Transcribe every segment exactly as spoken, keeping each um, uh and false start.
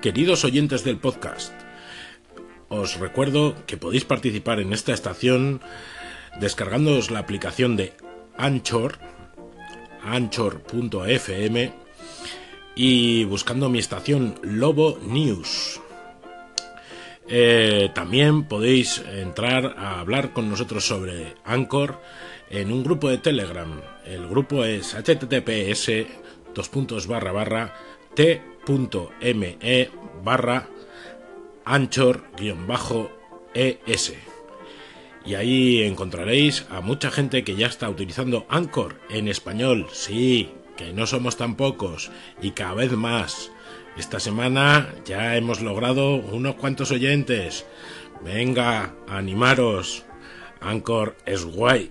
Queridos oyentes del podcast, os recuerdo que podéis participar en esta estación descargándoos la aplicación de Anchor, anchor punto f m, y buscando mi estación Lobo News. Eh, también podéis entrar a hablar con nosotros sobre Anchor en un grupo de Telegram. El grupo es https dos puntos barra barra t.me barra anchor guión bajo es. Y ahí encontraréis a mucha gente que ya está utilizando Anchor en español. Sí, que no somos tan pocos y cada vez más. Esta semana ya hemos logrado unos cuantos oyentes. Venga, animaros. Anchor es guay.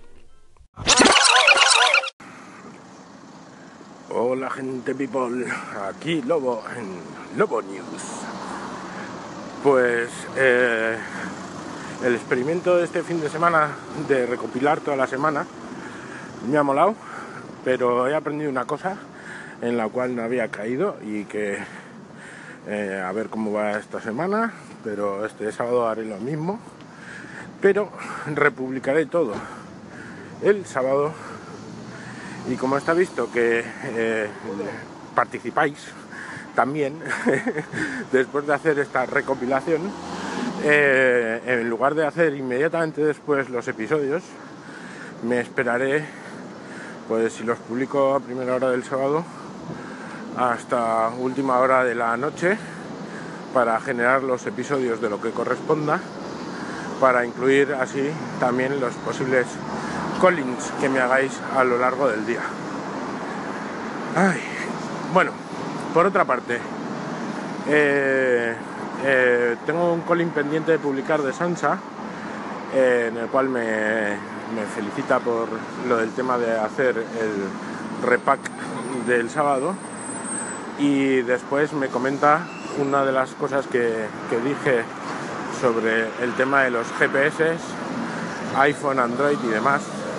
Hola gente people, aquí Lobo en Lobo News. Pues eh, el experimento de este fin de semana de recopilar toda la semana me ha molado, pero he aprendido una cosa en la cual no había caído y que eh, a ver cómo va esta semana, pero este sábado haré lo mismo, pero republicaré todo el sábado. Y como está visto que eh, participáis también después de hacer esta recopilación, eh, en lugar de hacer inmediatamente después los episodios, me esperaré, pues si los publico a primera hora del sábado, hasta última hora de la noche para generar los episodios de lo que corresponda, para incluir así también los posibles callings que me hagáis a lo largo del día. Ay, bueno, por otra parte, eh, eh, tengo un calling pendiente de publicar de Sansa, eh, en el cual me, me felicita por lo del tema de hacer el repack del sábado, y después me comenta una de las cosas que, que dije sobre el tema de los G P S, iPhone, Android y demás.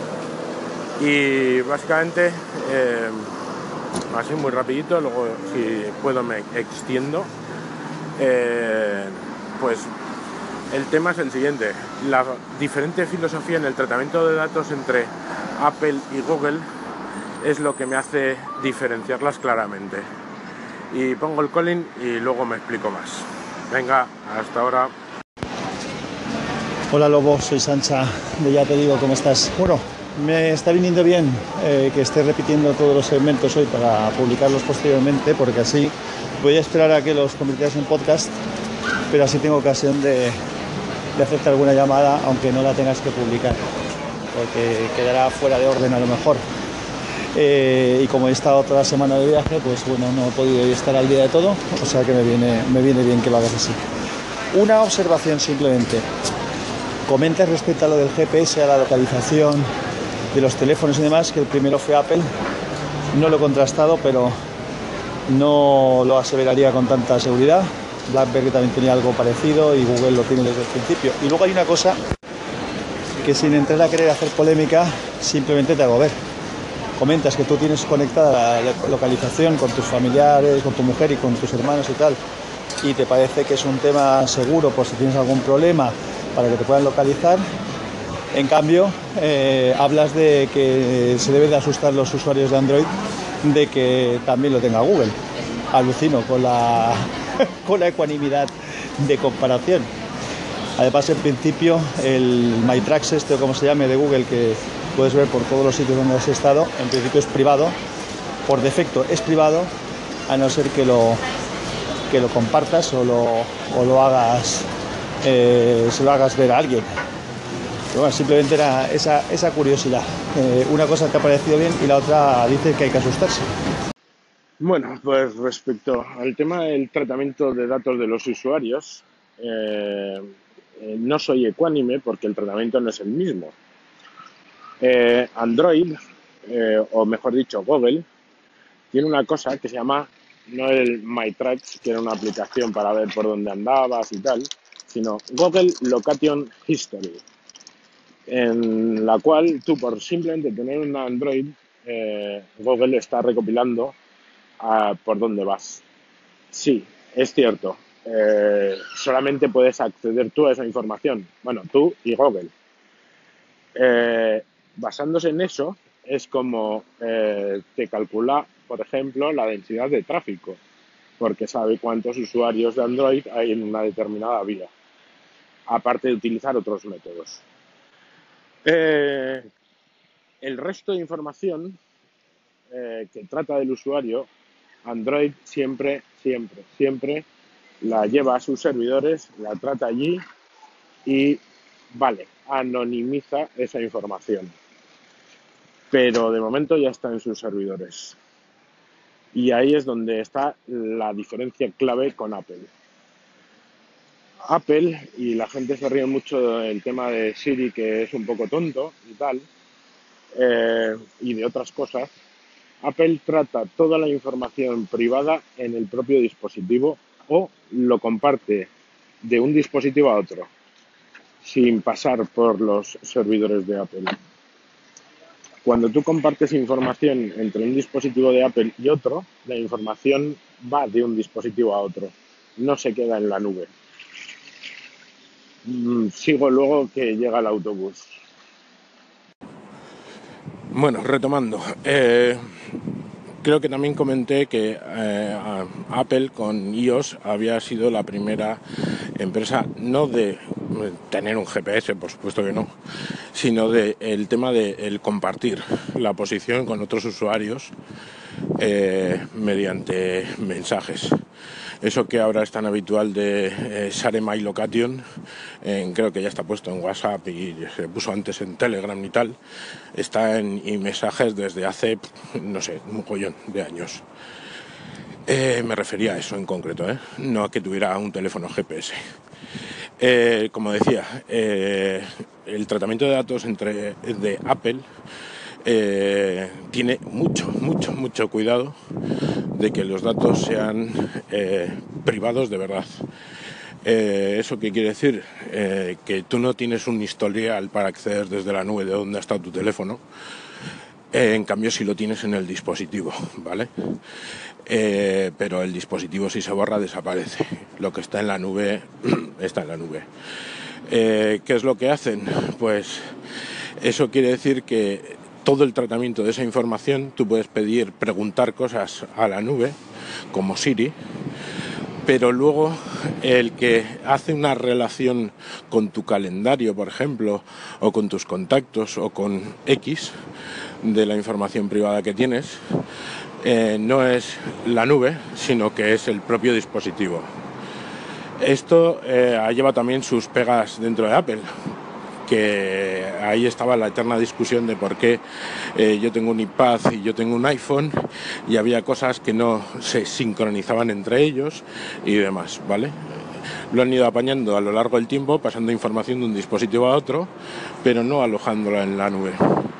Y básicamente, eh, así muy rapidito, luego si puedo me extiendo, eh, pues el tema es el siguiente: la diferente filosofía en el tratamiento de datos entre Apple y Google es lo que me hace diferenciarlas claramente. Y pongo el calling y luego me explico más. Venga, hasta ahora. Hola Lobo, soy Sancha de Ya Te Digo, ¿cómo estás? Bueno, me está viniendo bien eh, que esté repitiendo todos los segmentos hoy para publicarlos posteriormente, porque así voy a esperar a que los convirtáis en podcast, pero así tengo ocasión de, de hacerte alguna llamada, aunque no la tengas que publicar, porque quedará fuera de orden a lo mejor. Eh, y como he estado toda la semana de viaje, pues bueno, no he podido estar al día de todo, o sea que me viene, me viene bien que lo hagas así. Una observación simplemente. Comentas respecto a lo del G P S, a la localización de los teléfonos y demás, que el primero fue Apple. No lo he contrastado, pero no lo aseveraría con tanta seguridad. BlackBerry también tenía algo parecido y Google lo tiene desde el principio. Y luego hay una cosa que, sin entrar a querer hacer polémica, simplemente te hago ver. Comentas que tú tienes conectada la localización con tus familiares, con tu mujer y con tus hermanos y tal, y te parece que es un tema seguro por si tienes algún problema para que te puedan localizar. En cambio, eh, hablas de que se deben de asustar los usuarios de Android de que también lo tenga Google. Alucino con la, con la ecuanimidad de comparación. Además, en principio, el MyTracks, este o como se llame, de Google, que puedes ver por todos los sitios donde has estado, en principio es privado. Por defecto es privado, a no ser que lo, que lo compartas o lo, o lo hagas... Eh, se lo hagas ver a alguien. Pero bueno, simplemente era esa, esa curiosidad. Eh, una cosa te ha parecido bien y la otra dice que hay que asustarse. Bueno, pues respecto al tema del tratamiento de datos de los usuarios, eh, eh, no soy ecuánime porque el tratamiento no es el mismo. Eh, Android, eh, o mejor dicho Google, tiene una cosa que se llama, no el MyTracks, que era una aplicación para ver por dónde andabas y tal, sino Google Location History, en la cual tú, por simplemente tener un Android, eh, Google está recopilando uh, por dónde vas. Sí, Es cierto, eh, solamente puedes acceder tú a esa información. Bueno, tú y Google. Eh, basándose en eso, es como eh, te calcula, por ejemplo, la densidad de tráfico, porque sabe cuántos usuarios de Android hay en una determinada vía, aparte de utilizar otros métodos. Eh, el resto de información eh, que trata del usuario, Android siempre, siempre, siempre la lleva a sus servidores, la trata allí y, vale, anonimiza esa información. Pero de momento ya está en sus servidores. Y ahí es donde está la diferencia clave con Apple. Apple, y la gente se ríe mucho del tema de Siri, que es un poco tonto y tal, eh, y de otras cosas, Apple trata toda la información privada en el propio dispositivo o lo comparte de un dispositivo a otro, sin pasar por los servidores de Apple. Cuando tú compartes información entre un dispositivo de Apple y otro, la información va de un dispositivo a otro, no se queda en la nube. Mm, sigo luego que llega el autobús. Bueno, retomando, eh, creo que también comenté que eh, Apple con iOS había sido la primera empresa, no de tener un G P S, por supuesto que no, sino de el tema de el compartir la posición con otros usuarios eh, mediante mensajes. Eso que ahora es tan habitual de eh, Share My Location, eh, creo que ya está puesto en WhatsApp y se puso antes en Telegram y tal, está en y mensajes desde hace, no sé, un mogollón de años. Eh, me refería a eso en concreto, ¿eh? No a que tuviera un teléfono G P S. Eh, como decía, eh, el tratamiento de datos entre de Apple eh, tiene mucho, mucho, mucho cuidado de que los datos sean eh, privados de verdad. Eh, ¿Eso qué quiere decir? Eh, que tú no tienes un historial para acceder desde la nube de dónde está tu teléfono. Eh, en cambio, si lo tienes en el dispositivo, ¿vale? Eh, pero el dispositivo, si se borra, desaparece. Lo que está en la nube, está en la nube. Eh, ¿Qué es lo que hacen? Pues eso quiere decir que todo el tratamiento de esa información, tú puedes pedir, preguntar cosas a la nube, como Siri, pero luego el que hace una relación con tu calendario, por ejemplo, o con tus contactos, o con X, de la información privada que tienes, eh, no es la nube, sino que es el propio dispositivo. Esto eh, lleva también sus pegas dentro de Apple, que ahí estaba la eterna discusión de por qué eh, yo tengo un iPad y yo tengo un iPhone y había cosas que no se sincronizaban entre ellos y demás, ¿vale? Lo han ido apañando a lo largo del tiempo, pasando información de un dispositivo a otro, pero no alojándola en la nube.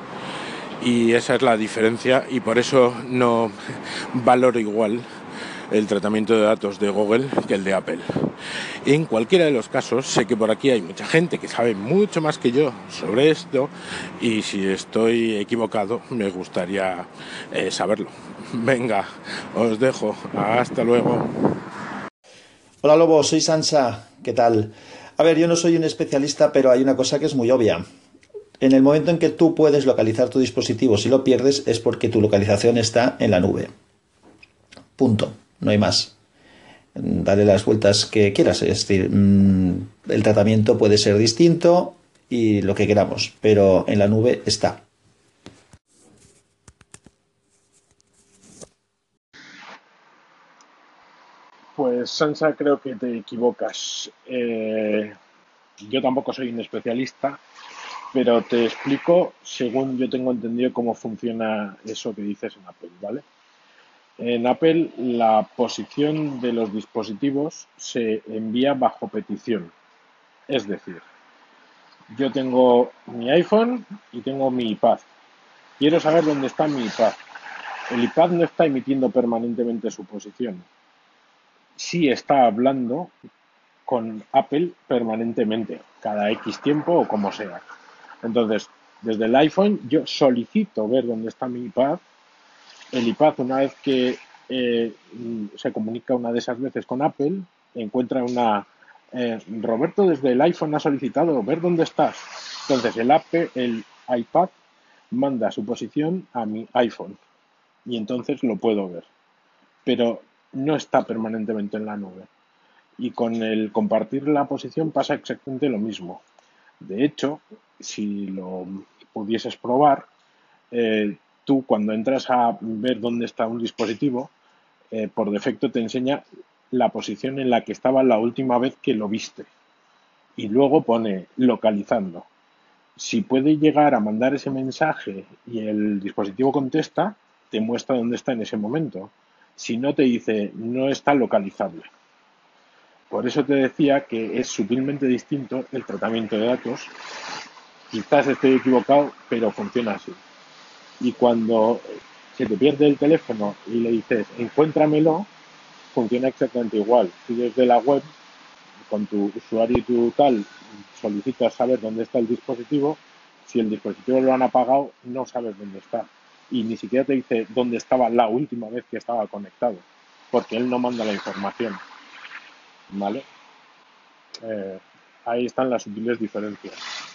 Y esa es la diferencia y por eso no valoro igual el tratamiento de datos de Google que el de Apple. En cualquiera de los casos, sé que por aquí hay mucha gente que sabe mucho más que yo sobre esto y si estoy equivocado me gustaría eh, saberlo. Venga, os dejo. Hasta luego. Hola Lobo, soy Sansa. ¿Qué tal? A ver, yo no soy un especialista, pero hay una cosa que es muy obvia. En el momento en que tú puedes localizar tu dispositivo, si lo pierdes, es porque tu localización está en la nube. Punto. No hay más. Dale las vueltas que quieras. Es decir, mmm, el tratamiento puede ser distinto y lo que queramos, pero en la nube está. Pues Sansa, creo que te equivocas. Eh, yo tampoco soy un especialista, pero te explico según yo tengo entendido cómo funciona eso que dices en Apple, ¿vale? En Apple la posición de los dispositivos se envía bajo petición. Es decir, yo tengo mi iPhone y tengo mi iPad. Quiero saber dónde está mi iPad. El iPad no está emitiendo permanentemente su posición. Sí está hablando con Apple permanentemente, cada X tiempo o como sea. Entonces, desde el iPhone yo solicito ver dónde está mi iPad. El iPad, una vez que eh, se comunica una de esas veces con Apple, encuentra una... eh, Roberto desde el iPhone ha solicitado ver dónde estás. Entonces el, Apple, el iPad manda su posición a mi iPhone y entonces lo puedo ver. Pero no está permanentemente en la nube. Y con el compartir la posición pasa exactamente lo mismo. De hecho, si lo pudieses probar, eh, tú cuando entras a ver dónde está un dispositivo, eh, por defecto te enseña la posición en la que estaba la última vez que lo viste. Y luego pone localizando. Si puede llegar a mandar ese mensaje y el dispositivo contesta, te muestra dónde está en ese momento. Si no, te dice no está localizable. Por eso te decía que es sutilmente distinto el tratamiento de datos. Quizás estoy equivocado, pero funciona así. Y cuando se te pierde el teléfono y le dices encuéntramelo, funciona exactamente igual. Tú desde la web, con tu usuario y tu tal, solicitas saber dónde está el dispositivo. Si el dispositivo lo han apagado, no sabes dónde está. Y ni siquiera te dice dónde estaba la última vez que estaba conectado, porque él no manda la información. ¿Vale? Eh, ahí están las sutiles diferencias.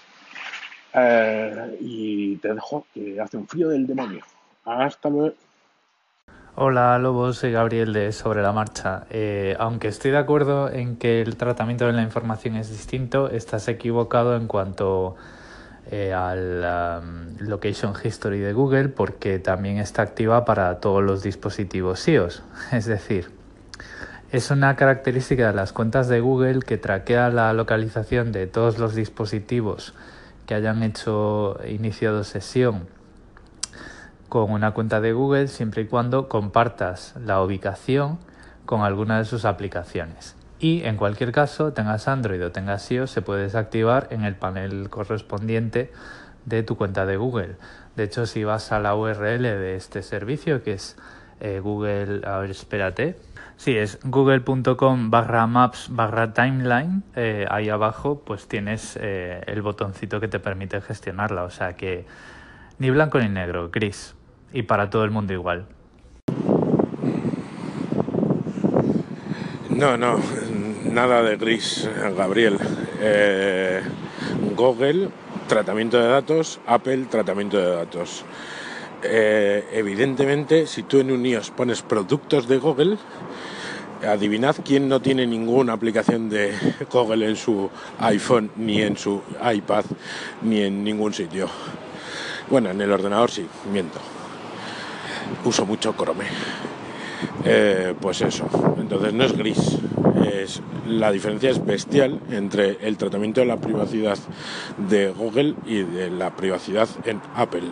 Eh, y te dejo que hace un frío del demonio. Hasta luego. Hola Lobos, soy Gabriel de Sobre la Marcha. Eh, aunque estoy de acuerdo en que el tratamiento de la información es distinto, estás equivocado en cuanto eh, al um, Location History de Google, porque también está activa para todos los dispositivos iOS. Es decir, es una característica de las cuentas de Google que traquea la localización de todos los dispositivos que hayan hecho iniciado sesión con una cuenta de Google, siempre y cuando compartas la ubicación con alguna de sus aplicaciones. Y en cualquier caso, tengas Android o tengas iOS, se puede desactivar en el panel correspondiente de tu cuenta de Google. De hecho, si vas a la U R L de este servicio, que es eh, Google, a ver, espérate, sí, es google.com barra maps barra timeline, eh, ahí abajo pues tienes eh, el botoncito que te permite gestionarla, o sea que ni blanco ni negro, gris. Y para todo el mundo igual. No, no, nada de gris, Gabriel. Eh, Google, tratamiento de datos. Apple, tratamiento de datos. Eh, evidentemente, si tú en un iOS pones productos de Google, adivinad quién no tiene ninguna aplicación de Google en su iPhone, ni en su iPad, ni en ningún sitio. Bueno, en el ordenador sí, miento. Uso mucho Chrome. Eh, pues eso, entonces no es gris. Es, la diferencia es bestial entre el tratamiento de la privacidad de Google y de la privacidad en Apple.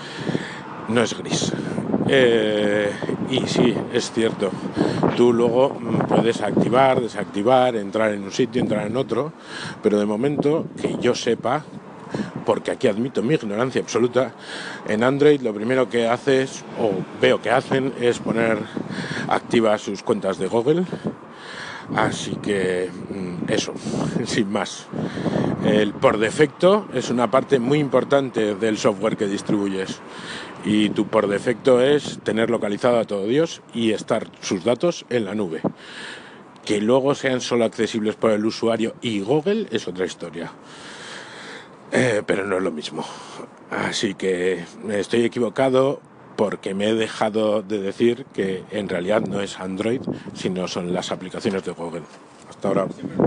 No es gris. Eh, y sí, es cierto, tú luego puedes activar, desactivar, entrar en un sitio, entrar en otro, pero de momento, que yo sepa, porque aquí admito mi ignorancia absoluta, en Android lo primero que haces, o veo que hacen, es poner activas sus cuentas de Google. Así que eso, sin más. El por defecto es una parte muy importante del software que distribuyes. Y tu por defecto es tener localizado a todo Dios y estar sus datos en la nube. Que luego sean solo accesibles por el usuario y Google es otra historia. Eh, pero no es lo mismo. Así que estoy equivocado porque me he dejado de decir que en realidad no es Android, sino son las aplicaciones de Google. Hasta ahora.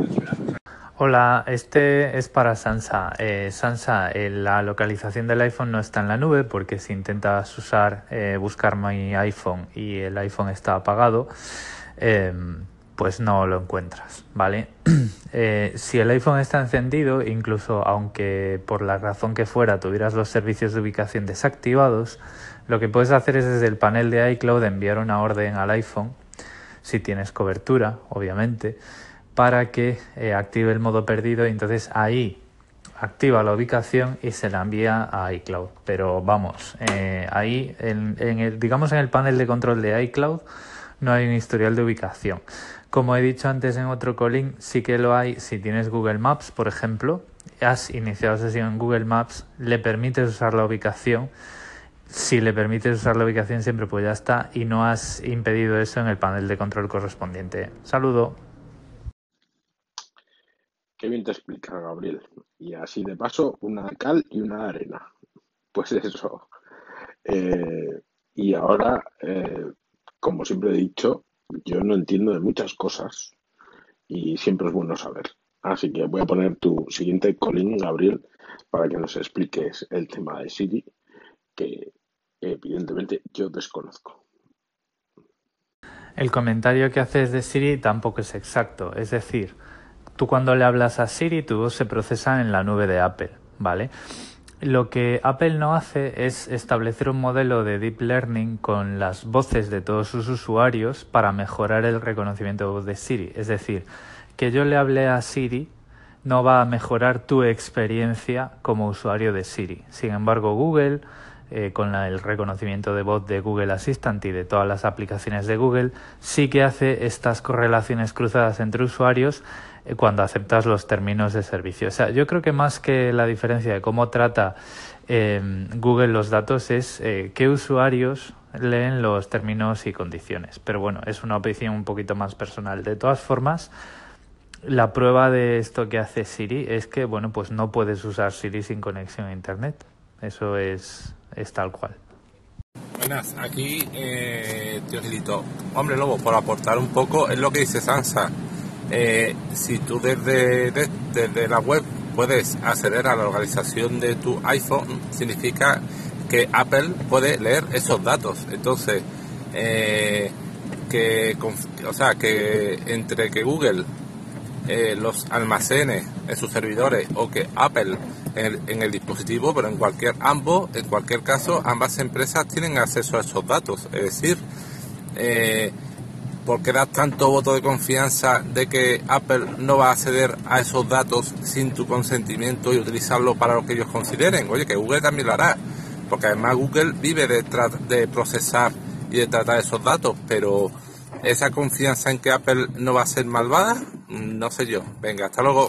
Hola, este es para Sansa. Eh, Sansa, eh, la localización del iPhone no está en la nube porque si intentas usar, eh, buscar mi iPhone y el iPhone está apagado, eh, pues no lo encuentras, ¿vale? eh, si el iPhone está encendido, incluso aunque por la razón que fuera tuvieras los servicios de ubicación desactivados, lo que puedes hacer es desde el panel de iCloud enviar una orden al iPhone, si tienes cobertura, obviamente, para que eh, active el modo perdido y entonces ahí activa la ubicación y se la envía a iCloud. Pero vamos, eh, ahí, en, en el, digamos en el panel de control de iCloud, no hay un historial de ubicación. Como he dicho antes en otro calling, sí que lo hay si tienes Google Maps, por ejemplo, has iniciado sesión en Google Maps, le permites usar la ubicación, Si le permites usar la ubicación siempre, pues ya está, y no has impedido eso en el panel de control correspondiente. Saludo. Qué bien te explica, Gabriel. Y así de paso, una cal y una arena. Pues eso. Eh, y ahora, eh, como siempre he dicho, yo no entiendo de muchas cosas y siempre es bueno saber. Así que voy a poner tu siguiente calling, Gabriel, para que nos expliques el tema de Siri, que evidentemente yo desconozco. El comentario que haces de Siri tampoco es exacto. Es decir, tú cuando le hablas a Siri, tu voz se procesa en la nube de Apple, ¿vale? Lo que Apple no hace es establecer un modelo de deep learning con las voces de todos sus usuarios para mejorar el reconocimiento de voz de Siri. Es decir, que yo le hable a Siri no va a mejorar tu experiencia como usuario de Siri. Sin embargo, Google, eh, con la, el reconocimiento de voz de Google Assistant y de todas las aplicaciones de Google, sí que hace estas correlaciones cruzadas entre usuarios eh, cuando aceptas los términos de servicio. O sea, yo creo que más que la diferencia de cómo trata eh, Google los datos es eh, qué usuarios leen los términos y condiciones. Pero bueno, es una opinión un poquito más personal. De todas formas, la prueba de esto que hace Siri es que, bueno, pues no puedes usar Siri sin conexión a Internet. Eso es, es tal cual. Buenas, aquí eh, tío Gilito. Hombre Lobo, por aportar un poco, es lo que dice Sansa. Eh, si tú desde, de, desde la web puedes acceder a la localización de tu iPhone, significa que Apple puede leer esos datos. Entonces, eh, que, o sea, que entre que Google Eh, los almacenes en sus servidores o que Apple en el, en el dispositivo, pero en cualquier ambos, en cualquier caso, ambas empresas tienen acceso a esos datos. Es decir, eh, ¿por qué das tanto voto de confianza de que Apple no va a acceder a esos datos sin tu consentimiento y utilizarlo para lo que ellos consideren? Oye, que Google también lo hará, porque además Google vive de, tra- de procesar y de tratar esos datos, pero esa confianza en que Apple no va a ser malvada, no sé yo. Venga, hasta luego.